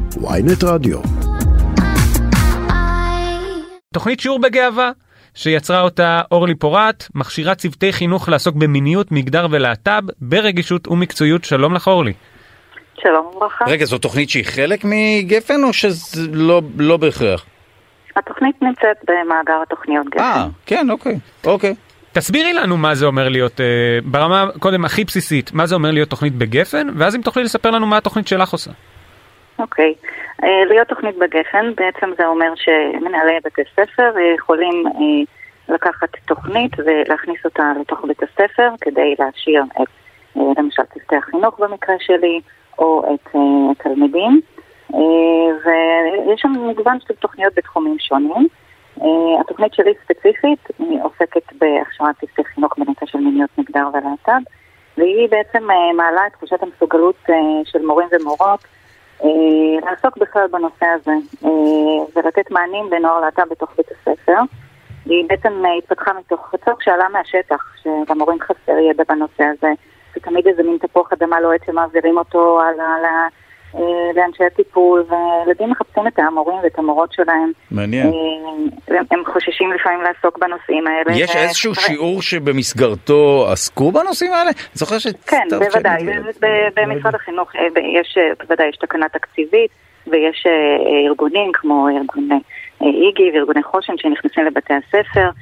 ynet רדיו. תוכנית שיעור בגאווה שיצרה אותה אורלי פורט, מכשירה צוותי חינוך לעסוק במיניות, מגדר ולהט"ב, ברגישות ומקצועיות. שלום לך אורלי. שלום וברכה. רגע, זו תוכנית שהיא חלק מגפן או שזה לא בהכרח? התוכנית נמצאת במאגר התוכניות גפן. כן, אוקיי. תסבירי לנו מה זה אומר להיות, ברמה קודם הכי בסיסית, מה זה אומר להיות תוכנית בגפן, ואז אם תוכלי לספר לנו מה התוכנית שלך עושה. אוקיי. להיות תוכנית בגפן, בעצם זה אומר שמנהלי בתי ספר יכולים לקחת תוכנית ולהכניס אותה לתוך בית הספר, כדי להשאיר את, למשל, צוותי החינוך במקרה שלי, או את תלמידים, ויש שם מגוון של תוכניות בתחומים שונים. התוכנית שלי ספציפית היא עוסקת בהכשרת צוותי חינוך בנושא של מיניות, מגדר ולהט"ב, והיא בעצם מעלה את תחושת המסוגלות של מורים ומורות לעסוק בכלל בנושא הזה ולתת מענים לנוער להט"ב בתוך בית הספר. היא בעצם התפתחה מתוך צורך שעלה מהשטח, שלמורים חסר ידע בנושא הזה, ותמיד איזה מין תפוח אדמה לוהט שמעבירים אותו לאנשי הטיפול, וילדים מחפשים את המורים ואת המורות שלהם. מעניין. הם חוששים לפעמים לעסוק בנושאים האלה. יש איזשהו שיעור שבמסגרתו עסקו בנושאים האלה? כן, בוודאי. במשרד החינוך בוודאי יש תקנה תקציבית, ויש ארגונים כמו ארגוני איגי וארגוני חושן שנכנסים לבתי הספר,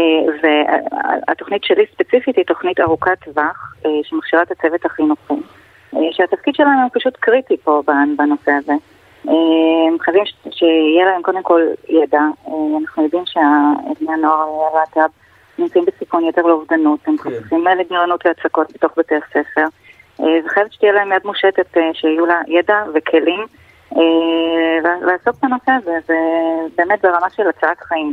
והתוכנית שלי ספציפית היא תוכנית ארוכת טווח שמכשירה את הצוות החינוכי, שהתפקיד שלנו הוא פשוט קריטי פה בנושא הזה. חייבים שיהיה להם קודם כל ידע. אנחנו יודעים שבני הנוער הלהט"ב נמצאים בסיכון יותר לאובדנות, הם חושפים לגרענות והצקות בתוך בתי הספר, וחייבת שתהיה להם יד מושטת, שיהיו לה ידע וכלים לעסוק בנושא הזה. זה באמת ברמה של הצעת חיים.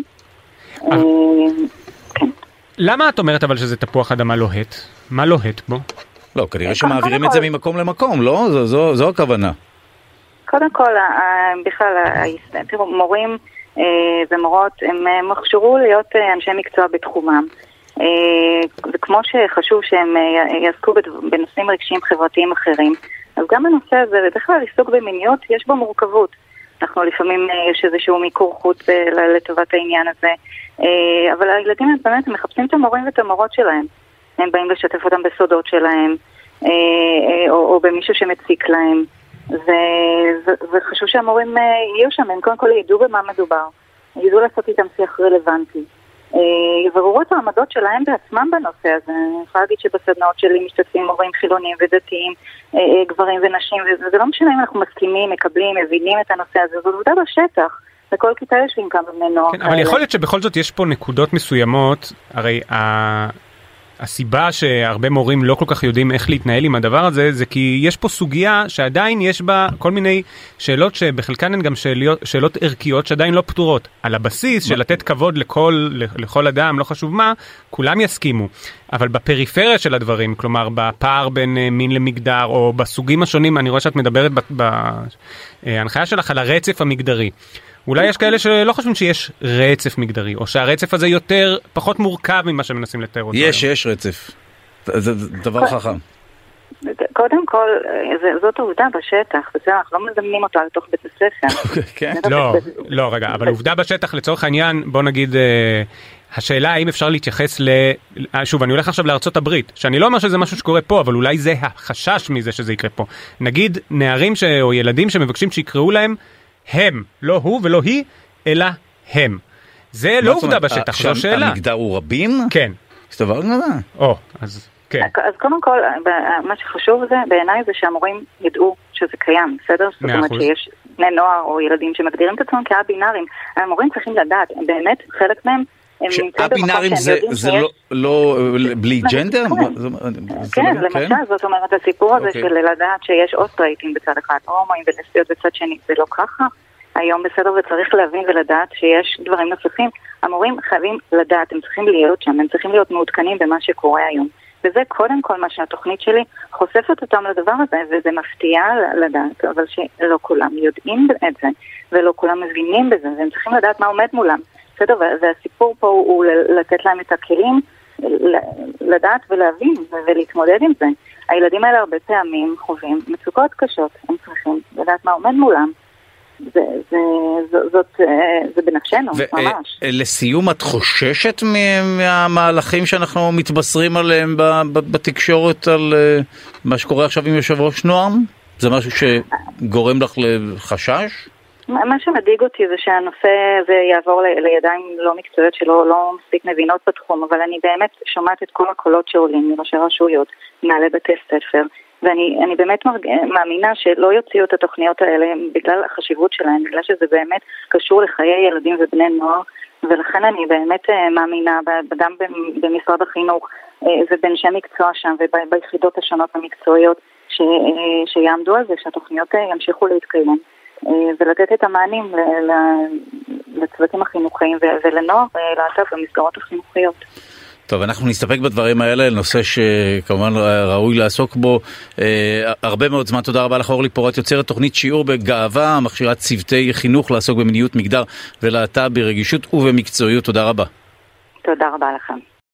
כן. למה את אומרת אבל שזה תפוח אדמה לוהט? מה לוהט בו? לא, כנראה שמעבירים את זה ממקום למקום, לא? זו הכוונה. קודם כל, בכלל, מורים ומורות, הם הוכשרו להיות אנשי מקצוע בתחומם. וכמו שחשוב שהם יעסקו בנושאים רגשיים חברתיים אחרים, אז גם בנושא הזה, בכלל, עיסוק במיניות, יש בו מורכבות. אנחנו לפעמים יש איזשהו מיקור חוץ לטובת העניין הזה, אבל הילדים באמת מחפשים את המורים ואת המורות שלהם. הם באים לשתף אותם בסודות שלהם, או במישהו שמציק להם, וחשוב שהמורים יהיו שם, הם קודם כל ידעו במה מדובר, ידעו לעשות איתם שיח רלוונטי, יברורו את העמדות שלהם בעצמם בנושא הזה. אני יכולה להגיד שבסדנאות שלי משתתפים מורים חילונים ודתיים, גברים ונשים, וזה לא משנה אם אנחנו מסכימים, מקבלים, מבינים את הנושא הזה, זו עובדה בשטח. בכל כיתה יושבים כמה בני נוער. כן, אבל יכול להיות שבכל זאת יש פה נקודות מסוימות, הרי הסיבה שהרבה מורים לא כל כך יודעים איך להתנהל עם הדבר הזה, זה כי יש פה סוגיה שעדיין יש בה כל מיני שאלות שבחלקן הן גם שאלות ערכיות שעדיין לא פתורות. על הבסיס של לתת כבוד לכל אדם, לא חשוב מה, כולם יסכימו. אבל בפריפריה של הדברים, כלומר בפער בין מין למגדר, או בסוגים השונים, אני רואה שאת מדברת בהנחיה שלך על הרצף המגדרי. אולי יש כאלה שלא חושבים שיש רצף מגדרי, או שהרצף הזה פחות מורכב ממה שמנסים לתאר אותו. יש רצף. זה דבר חכם. קודם כל, זאת עובדה בשטח, אנחנו לא מזמנים אותה לתוך בית הספר. לא, רגע, אבל עובדה בשטח לצורך העניין, בוא נגיד, השאלה האם אפשר להתייחס שוב, אני הולך עכשיו לארצות הברית, שאני לא אומר שזה משהו שקורה פה, אבל אולי זה החשש מזה שזה יקרה פה. נגיד, נערים או ילדים שמבקשים שיקראו להם, הם, לא הוא ולא היא, אלא הם. זה לא עובדה בשטח, זו שאלה. המגדר הוא רבים? כן. זה דבר גדול. אז כן. אז קודם כל, מה שחשוב זה, בעיניי זה שהמורים ידעו שזה קיים, בסדר? זאת אומרת שיש בני נוער או ילדים שמגדירים את עצמם כא-בינאריים. המורים צריכים לדעת, באמת, חלק מהם, שהא-בינאריים זה לא בלי ג'נדר? כן, למשל, זאת אומרת, הסיפור הזה של לדעת שיש אוסטרייטים בצד אחד, הומואים ולסביות בצד שני, זה לא ככה. היום בסדר, וצריך להבין ולדעת שיש דברים נוספים. המורים חייבים לדעת, הם צריכים להיות שם, הם צריכים להיות מעודכנים במה שקורה היום. וזה קודם כל מה שהתוכנית שלי חושפת אותם לדבר הזה, וזה מפתיע לדעת, אבל שלא כולם יודעים את זה, ולא כולם מבינים בזה, והם צריכים לדעת מה עומד מולם. בסדר, והסיפור פה הוא לתת להם את הכלים, לדעת ולהבין ולהתמודד עם זה. הילדים האלה הרבה פעמים חווים מצוקות קשות, הם צריכים לדעת מה עומד מולם, זה בנפשנו, ממש. לסיום, את חוששת מהמהלכים שאנחנו מתבשרים עליהם בתקשורת על מה שקורה עכשיו עם יושב ראש נועם? זה משהו שגורם לך לחשש? מה שמדאיג אותי זה שהנושא הזה יעבור לידיים לא מקצועיות שלא מספיק מבינות בתחום, אבל אני באמת שומעת את כל הקולות שעולים מראשי רשויות, מנהלי בתי ספר, ואני באמת מאמינה שלא יוציאו את התוכניות האלה בגלל החשיבות שלהן, בגלל שזה באמת קשור לחיי ילדים ובני נוער, ולכן אני באמת מאמינה גם במשרד החינוך ובאנשי מקצוע שם וביחידות השונות המקצועיות שיעמדו על זה שהתוכניות ימשיכו להתקיים ולתת את המענים לצוותים החינוכיים ולנוער להט"ב במסגרות החינוכיות. טוב, אנחנו נסתפק בדברים האלה, נושא שכמובן ראוי לעסוק בו הרבה מאוד זמן. תודה רבה לך אורלי פורת, יוצרת תוכנית שיעור בגאווה, מכשירת צוותי חינוך לעסוק במיניות, מגדר ולהט"ב ברגישות ובמקצועיות. תודה רבה. תודה רבה לכם.